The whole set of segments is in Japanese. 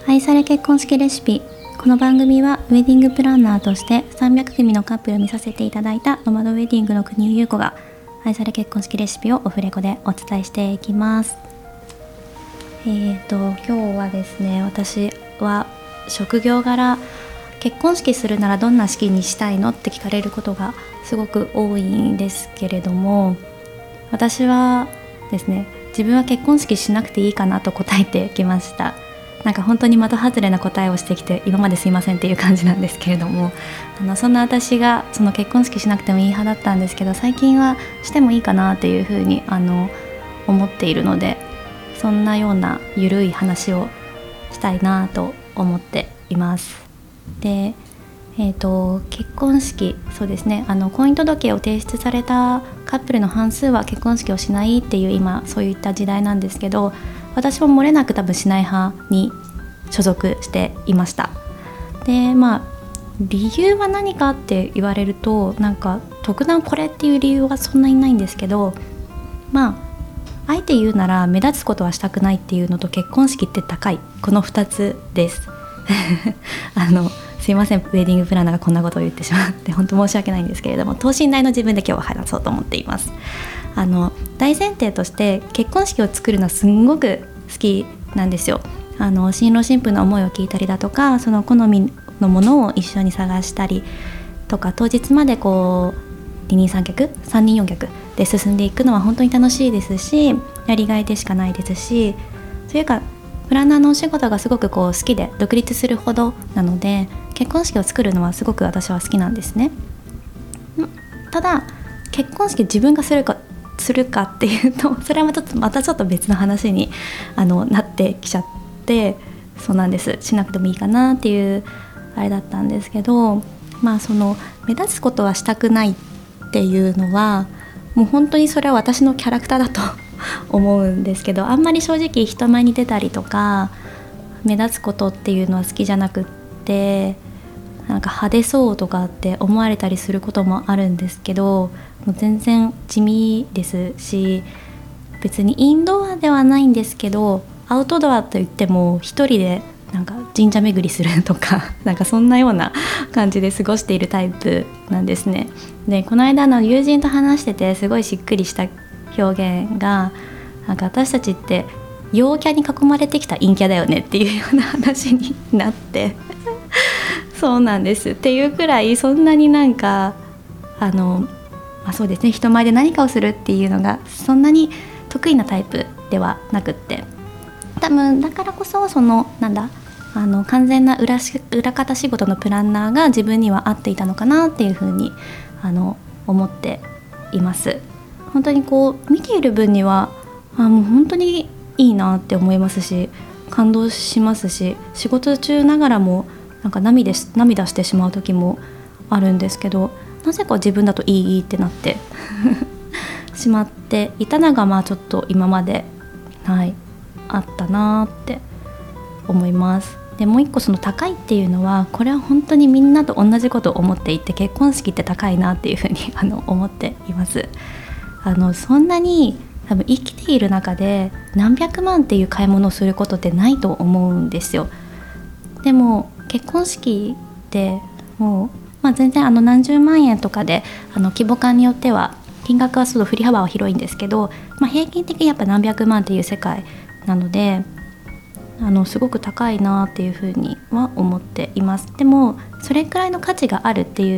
愛され結婚式レシピ。この番組はウェディングプランナーとして300組のカップルを見させていただいたノマドウェディングの国井優子が愛され結婚式レシピをオフレコでお伝えしていきます。今日はですね、私は職業柄結婚式するならどんな式にしたいのって聞かれることがすごく多いんですけれども、私はですね、自分は結婚式しなくていいかなと答えてきました。なんか本当に的外れな答えをしてきて今まですいませんっていう感じなんですけれども、そんな私がその結婚式しなくてもいい派だったんですけど、最近はしてもいいかなっていうふうに思っているので、そんなようなゆるい話をしたいなと思っています。で、結婚式、そうですね、婚姻届を提出されたカップルの半数は結婚式をしないっていう今そういった時代なんですけど、私も漏れなく多分しない派に所属していました。で、理由は何かって言われると、なんか特段これっていう理由はそんなにないんですけど、あえて言うなら目立つことはしたくないっていうのと結婚式って高い、この2つですすいません、ウェディングプランナーがこんなことを言ってしまって本当申し訳ないんですけれども、等身大の自分で今日は話そうと思っています。大前提として結婚式を作るのはすんごく好きなんですよ。新郎新婦の思いを聞いたりだとか、その好みのものを一緒に探したりとか、当日までこう二人三脚三人四脚で進んでいくのは本当に楽しいですし、やりがいでしかないですし、というかプランナーのお仕事がすごく好きで独立するほどなので、結婚式を作るのはすごく私は好きなんですね。ただ結婚式自分がするかっていうと、それはまたちょっと別の話になってきちゃって、そうなんです、しなくてもいいかなっていうあれだったんですけど、その目立つことはしたくないっていうのはもう本当にそれは私のキャラクターだと思うんですけど、あんまり正直人前に出たりとか目立つことっていうのは好きじゃなくって、なんか派手そうとかって思われたりすることもあるんですけど、もう全然地味ですし、別にインドアではないんですけど、アウトドアといっても一人でなんか神社巡りするとかなんかそんなような感じで過ごしているタイプなんですね。で、この間友人と話しててすごいしっくりした表現が、なんか私たちって陽キャに囲まれてきた陰キャだよねっていうような話になってそうなんですっていうくらい、そんなになんかそうですね、人前で何かをするっていうのがそんなに得意なタイプではなくって、多分だからこそ完全な裏方仕事のプランナーが自分には合っていたのかなっていうふうに思っています。本当にこう見ている分にはもう本当にいいなって思いますし、感動しますし、仕事中ながらもなんか涙してしまう時もあるんですけど、なぜか自分だといいってなってしまっていたのがちょっと今まであったなって思います。で、もう一個その高いっていうのは、これは本当にみんなと同じことを思っていて、結婚式って高いなっていうふうに思っています。そんなに多分生きている中で何百万っていう買い物をすることってないと思うんですよ。でも結婚式ってもう、全然何十万円とかで規模感によっては金額は振り幅は広いんですけど、平均的にやっぱ何百万っていう世界なので、すごく高いなっていうふうには思っています。でもそれくらいの価値がある一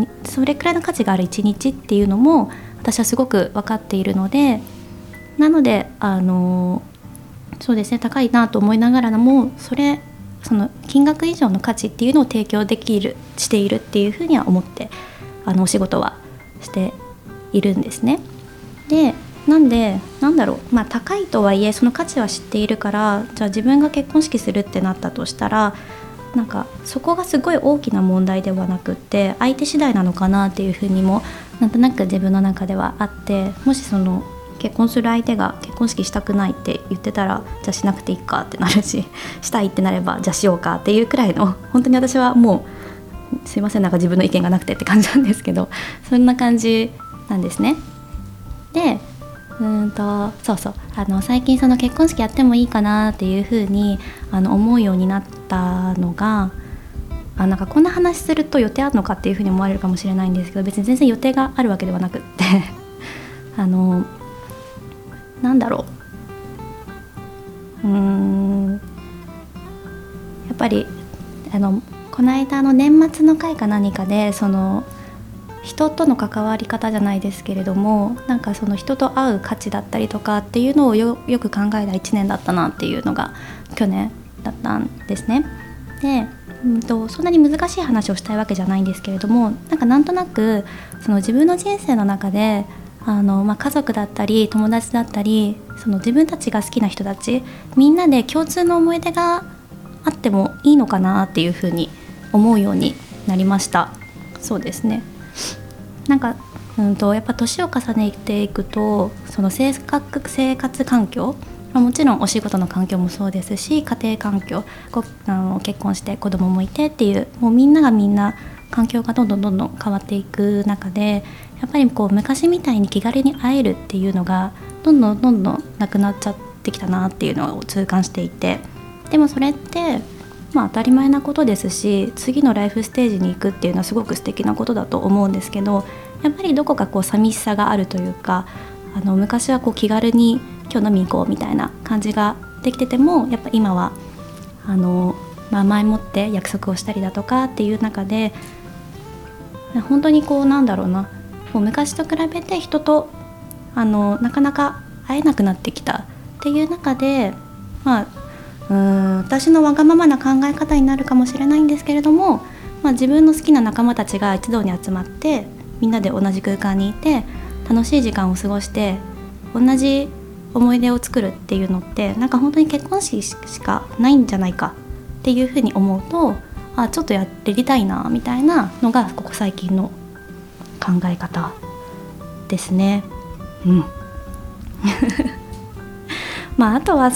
日っていうのも私はすごく分かっているので、なのでそうですね、高いなと思いながらも、その金額以上の価値っていうのを提供しているっていうふうには思ってお仕事はしているんですね。で、高いとはいえその価値は知っているから、じゃあ自分が結婚式するってなったとしたら、なんかそこがすごい大きな問題ではなくって、相手次第なのかなっていうふうにもなんとなく自分の中ではあって、もしその結婚する相手が結婚式したくないって言ってたら、じゃあしなくていいかってなるし、したいってなればじゃあしようかっていうくらいの、本当に私はもうすいません、なんか自分の意見がなくてって感じなんですけど、そんな感じなんですね。で、最近その結婚式やってもいいかなっていうふうに思うようになったたのが、なんかこんな話すると予定あるのかっていうふうに思われるかもしれないんですけど、別に全然予定があるわけではなくってなんだろう、やっぱりこの間の年末の会か何かで、その人との関わり方じゃないですけれども、なんかその人と会う価値だったりとかっていうのをよく考えた1年だったなっていうのが去年だったんですね。で、そんなに難しい話をしたいわけじゃないんですけれども、なんとなくその自分の人生の中で家族だったり友達だったり、その自分たちが好きな人たち、みんなで共通の思い出があってもいいのかなっていうふうに思うようになりました。そうですね、やっぱ年を重ねていくと、その生活環境、もちろんお仕事の環境もそうですし、家庭環境、結婚して子供もいてっていう、もうみんながみんな環境がどんどん変わっていく中で、やっぱり昔みたいに気軽に会えるっていうのがどんどんなくなっちゃってきたなっていうのを痛感していて、でもそれって当たり前なことですし、次のライフステージに行くっていうのはすごく素敵なことだと思うんですけど、やっぱりどこか寂しさがあるというか、昔は気軽に今日飲み行こうみたいな感じができてても、やっぱ今は前もって約束をしたりだとかっていう中で、本当に昔と比べて人となかなか会えなくなってきたっていう中で、私のわがままな考え方になるかもしれないんですけれども、自分の好きな仲間たちが一堂に集まってみんなで同じ空間にいて楽しい時間を過ごして同じ思い出を作るっていうのって、本当に結婚式しかないんじゃないかっていうふうに思うと、ちょっとやりたいなみたいなのがここ最近の考え方ですね。あとは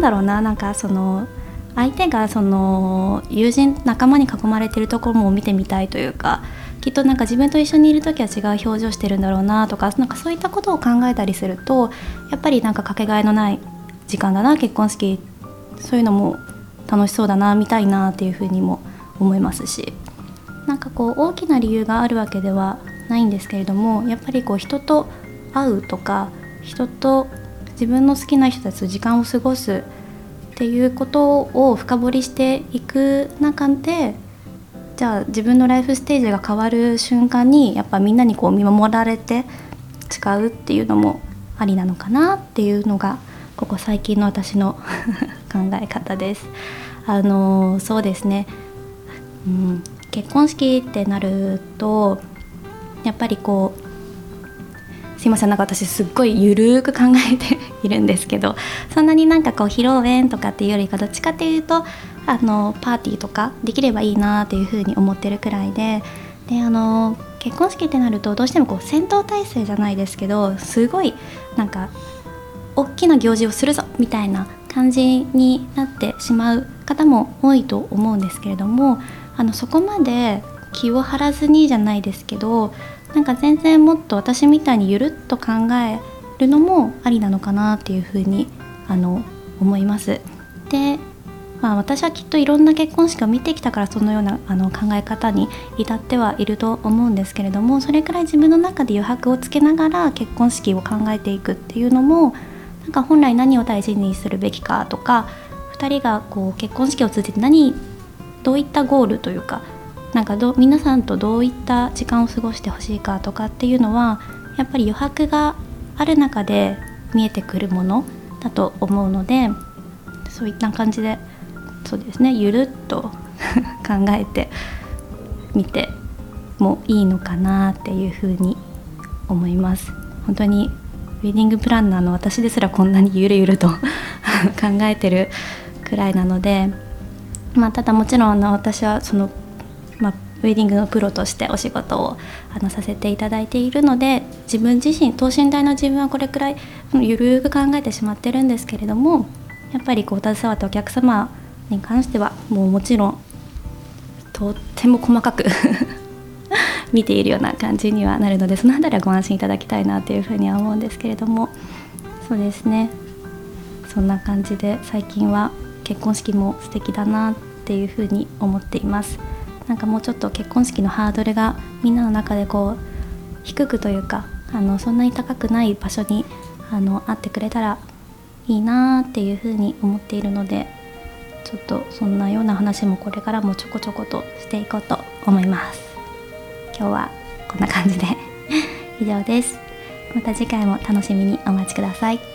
相手が友人仲間に囲まれているところも見てみたいというか、きっと自分と一緒にいる時は違う表情してるんだろうなとか、そういったことを考えたりすると、やっぱりかけがえのない時間だな、結婚式、そういうのも楽しそうだな、見たいなっていうふうにも思いますし、大きな理由があるわけではないんですけれども、やっぱり人と会うとか、人と自分の好きな人たちと時間を過ごすっていうことを深掘りしていく中で、じゃあ自分のライフステージが変わる瞬間にやっぱみんなに見守られて誓うっていうのもありなのかなっていうのがここ最近の私の考え方です。そうですね、結婚式ってなるとやっぱりすいません、私すっごいゆるく考えているんですけど、そんなに披露宴とかっていうよりか、どっちかっていうとパーティーとかできればいいなっていうふうに思ってるくらいで、結婚式ってなるとどうしても戦闘態勢じゃないですけど、すごい大きな行事をするぞみたいな感じになってしまう方も多いと思うんですけれども、そこまで気を張らずにじゃないですけど、全然もっと私みたいにゆるっと考えるのもありなのかなっていうふうに思います。で、私はきっといろんな結婚式を見てきたからそのような考え方に至ってはいると思うんですけれども、それくらい自分の中で余白をつけながら結婚式を考えていくっていうのも、本来何を大事にするべきかとか、2人が結婚式を通じてどういったゴールというか、皆さんとどういった時間を過ごしてほしいかとかっていうのは、やっぱり余白がある中で見えてくるものだと思うので、そういった感じで、そうですね、ゆるっと考えてみてもいいのかなっていうふうに思います。本当にウェディングプランナーの私ですらこんなにゆるゆると考えてるくらいなので、ただもちろん私はウェディングのプロとしてお仕事をさせていただいているので、自分自身、等身大の自分はこれくらいゆるく考えてしまってるんですけれども、やっぱり携わったお客様に関してはもちろんとっても細かく見ているような感じにはなるので、そのあたりはご安心いただきたいなというふうには思うんですけれども、そうですね、そんな感じで最近は結婚式も素敵だなっっていうふうに思っています。なんかもうちょっと結婚式のハードルがみんなの中でこう低くというか、そんなに高くない場所にあってくれたらいいなっていうふうに思っているので、ちょっとそんなような話もこれからもちょこちょことしていこうと思います。今日はこんな感じで以上です。また次回も楽しみにお待ちください。